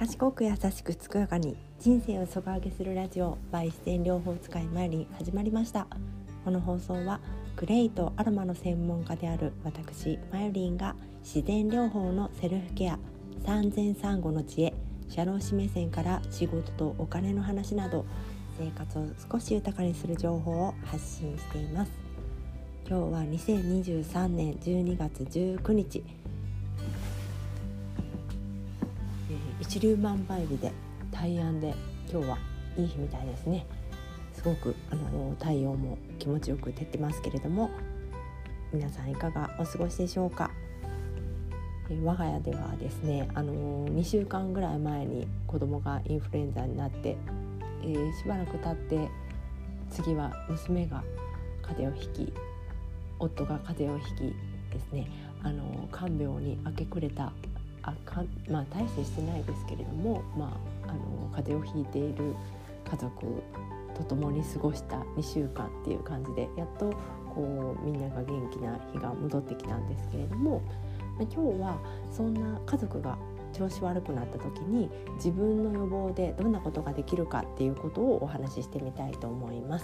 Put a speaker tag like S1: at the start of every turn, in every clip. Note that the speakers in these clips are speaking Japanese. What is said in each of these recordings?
S1: 賢く優しく健やかに人生を底上げするラジオ by 自然療法使いマイリン始まりました。この放送はクレイとアロマの専門家である私マイリンが自然療法のセルフケア、産前産後の知恵、社労士目線から仕事とお金の話など生活を少し豊かにする情報を発信しています。今日は2023年12月19日、一粒万倍日で大安で今日はいい日みたいですね。すごく太陽も気持ちよく照ってますけれども、皆さんいかがお過ごしでしょうか。我が家ではですね、2週間ぐらい前に子供がインフルエンザになって、しばらく経って次は娘が風邪をひき、夫が風邪をひきですね、看病に明け暮れた大してしてないですけれども、風邪をひいている家族と共に過ごした2週間っていう感じで、やっとみんなが元気な日が戻ってきたんですけれども、今日はそんな家族が調子悪くなった時に自分の予防でどんなことができるかっていうことをお話ししてみたいと思います。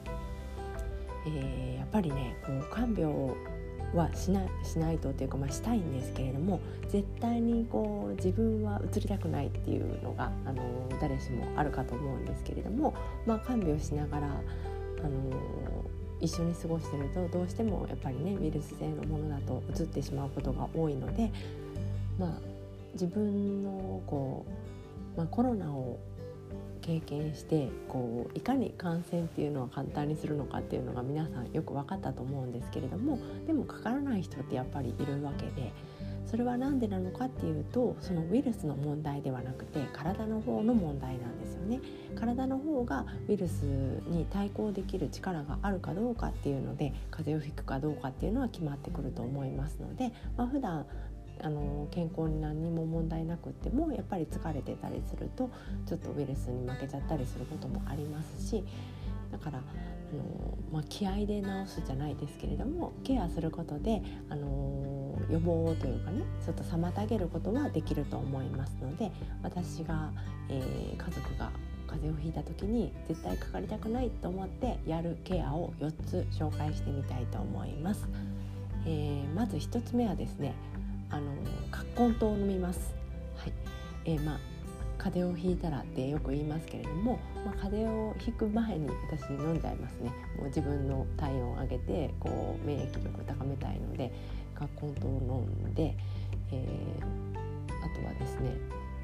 S1: やっぱりね、看病はしないとというか、したいんですけれども、絶対に自分は移りたくないっていうのが誰しもあるかと思うんですけれども、看病しながら一緒に過ごしてるとどうしてもやっぱりね、ウイルス性のものだと移ってしまうことが多いので、自分のコロナを経験していかに感染っていうのは簡単にするのかっていうのが皆さんよく分かったと思うんですけれども、でもかからない人ってやっぱりいるわけで、それはなんでなのかっていうと、そのウイルスの問題ではなくて体の方の問題なんですよね。体の方がウイルスに対抗できる力があるかどうかっていうので、風邪をひくかどうかっていうのは決まってくると思いますので、普段健康に何にも問題なくってもやっぱり疲れてたりするとちょっとウイルスに負けちゃったりすることもありますし、だから気合で治すじゃないですけれども、ケアすることで予防というかね、ちょっと妨げることはできると思いますので、私が、家族が風邪をひいた時に絶対かかりたくないと思ってやるケアを4つ紹介してみたいと思います。まず1つ目はですね、葛根湯を飲みます。はい。風邪をひいたらってよく言いますけれども、風邪をひく前に私飲んじゃいますね。もう自分の体温を上げて免疫力を高めたいので葛根湯を飲んで、あとはですね、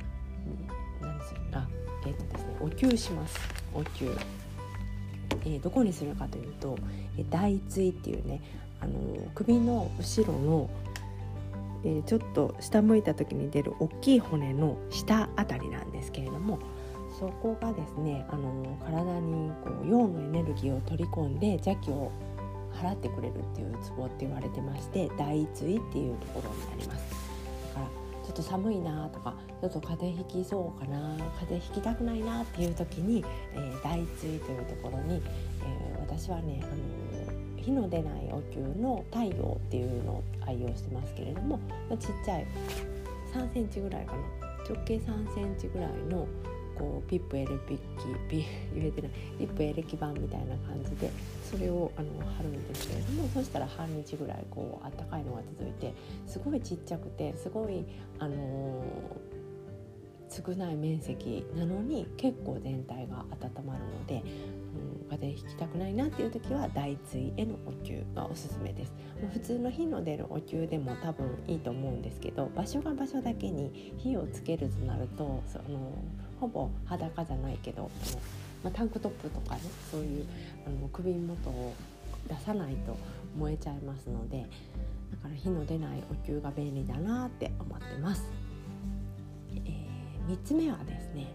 S1: お灸します。お灸、どこにするかというと、大椎っていうね、首の後ろのちょっと下向いた時に出る大きい骨の下あたりなんですけれども、そこがですね、体に陽のエネルギーを取り込んで邪気を払ってくれるっていうツボって言われてまして、大椎っていうところになります。だからちょっと寒いなとか、ちょっと風邪ひきそうかな、風邪ひきたくないなっていう時に、大椎というところに、私はね、火の出ないお灸の太陽っていうのを愛用してますけれども、ちっちゃい3センチぐらいかな、直径3センチぐらいのピップエレキ板みたいな感じでそれを貼るんですけれども、そしたら半日ぐらいあったかいのが続いて、すごいちっちゃくてすごい少ない面積なのに結構全体が温まるので、風邪ひきたくないなっていう時は大椎へのお灸がおすすめです。普通の火の出るお灸でも多分いいと思うんですけど、場所が場所だけに火をつけるとなるとほぼ裸じゃないけどタンクトップとかね、そういう首元を出さないと燃えちゃいますので、だから火の出ないお灸が便利だなって思ってます。3つ目はですね、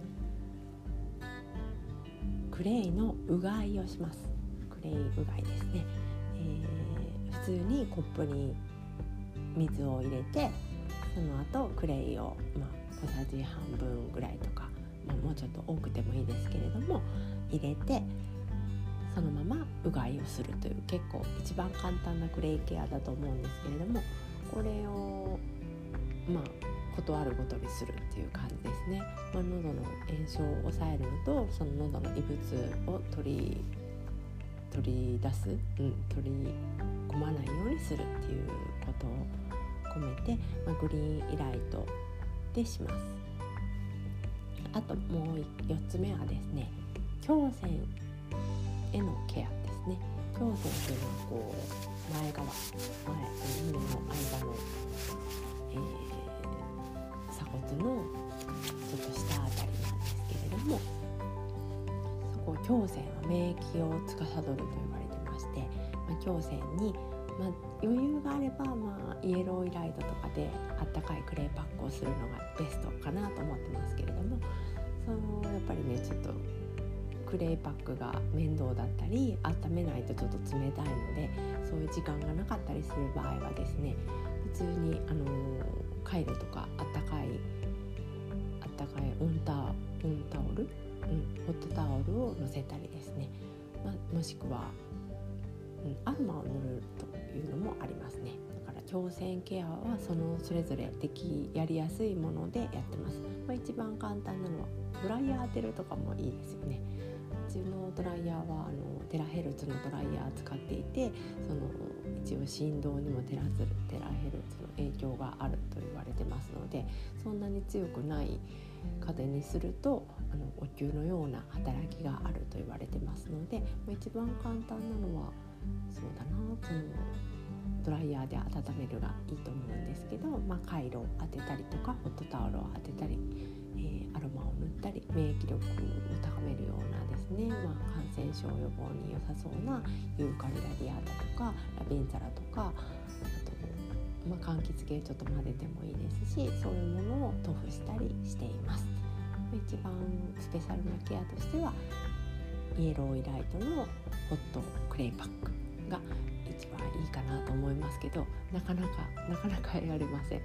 S1: クレイのうがいをします。クレイうがいですね。普通にコップに水を入れて、その後クレイを、小さじ半分ぐらいとか、もうちょっと多くてもいいですけれども入れて、そのままうがいをするという結構一番簡単なクレイケアだと思うんですけれども、これをことあるごとにするっていう感じですね。喉の炎症を抑えるのと、その喉の異物を取り出す、取り込まないようにするっていうことを込めて、グリーンイライトでします。あともう4つ目はですね、胸腺へのケアですね。胸腺というのは前側、胸の間の、鎖骨のちょっと下あたりなんですけれども、そこ胸腺は免疫を司ると言われてまして、胸腺に、余裕があれば、イエローイライトとかであったかいクレーパックをするのがベストかなと思ってますけれども、やっぱりねちょっとクレーパックが面倒だったり、温めないとちょっと冷たいので、そういう時間がなかったりする場合はですね、普通にカイロとかあったかいオンタオル、ホットタオルを乗せたりですね、もしくは、アロマを塗るというのもありますね。だから胸腺ケアはそれぞれやりやすいものでやってます。一番簡単なのはドライヤー当てるとかもいいですよね。うちのドライヤーはテラヘルツのドライヤー使っていて、一応振動にもテラヘルツの影響があると言われてますので、そんなに強くない風にするとお灸のような働きがあると言われてますので、一番簡単なのはそうだな、ドライヤーで温めるがいいと思うんですけど、カイロを当てたりとかホットタオルを当てたり、アロマを塗ったり、免疫力を高めるようなですね、感染症予防に良さそうなユーカリラディアータとかラベンザラとか、あと、柑橘系ちょっと混ぜてもいいですし、そういうものを塗布したりしています。一番スペシャルなケアとしてはイエローイライトのホットクレイパックが一番いいかなと思いますけど、なかなかやれません。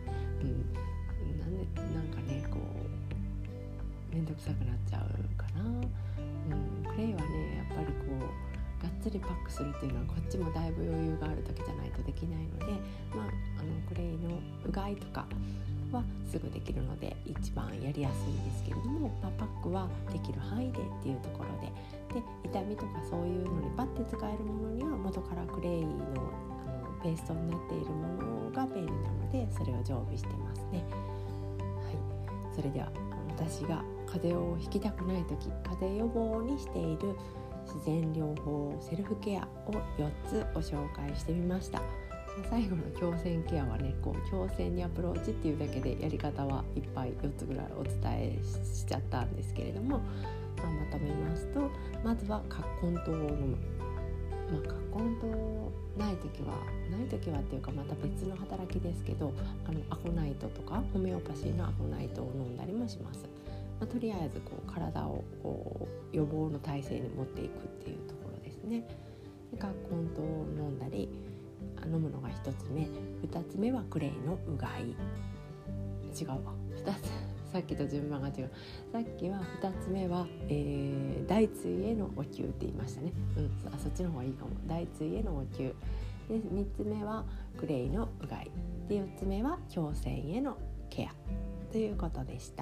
S1: なんかねめんどくさくなっちゃうかな。クレイはねやっぱりがっつりパックするっていうのはこっちもだいぶ余裕がある時じゃないとできないので、クレイのうがいとかはすぐできるので一番やりやすいんですけれども、パックはできる範囲でっていうところで、痛みとかそういうのにパッて使えるものには元からクレイのペーストになっているものが便利なので、それを常備してますね。それでは私が風邪をひきたくない時、風邪予防にしている自然療法セルフケアを4つご紹介してみました。最後の胸腺ケアはね、胸腺にアプローチっていうだけでやり方はいっぱい4つぐらいお伝えしちゃったんですけれども、まとめますと、まずは葛根湯を飲む。葛根湯ない時はっていうかまた別の働きですけど、アコナイトとかホメオパシーのアコナイトを飲んだりもします。とりあえず体を予防の体制に持っていくっていうところですね。葛根湯を飲んだり飲むのが1つ目。2つ目はクレイのうがい。違うわ、2つさっきと順番が違う。さっきは2つ目は、大椎へのお灸って言いましたね。そっちの方がいいかも。大椎へのお灸で、3つ目はクレイのうがいで、4つ目は胸腺へのケアということでした。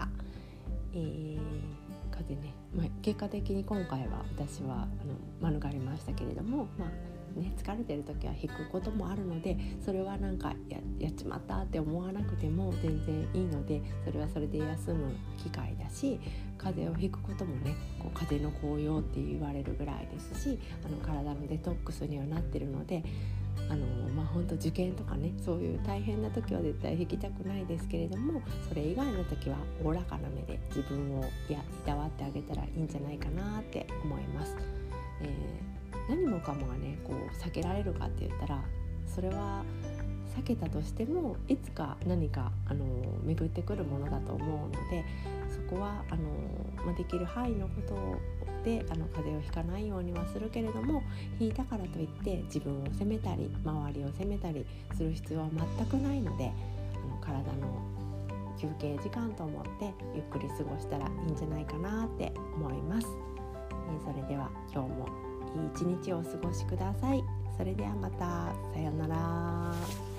S1: 風ね、結果的に今回は私は免れましたけれども、疲れてる時は引くこともあるので、それはなんか やっちまったって思わなくても全然いいので、それはそれで休む機会だし、風邪をひくこともね風邪の効用って言われるぐらいですし、体のデトックスにはなってるので、本当受験とかね、そういう大変な時は絶対引きたくないですけれども、それ以外の時はおおらかな目で自分をいたわってあげたらいいんじゃないかなって思います。何もかもがね避けられるかって言ったら、それは避けたとしてもいつか何か巡ってくるものだと思うので、そこはできる範囲のことで風邪をひかないようにはするけれども、ひいたからといって自分を責めたり周りを責めたりする必要は全くないので、体の休憩時間と思ってゆっくり過ごしたらいいんじゃないかなって思います。それでは今日もいい一日をお過ごしください。それではまた、さようなら。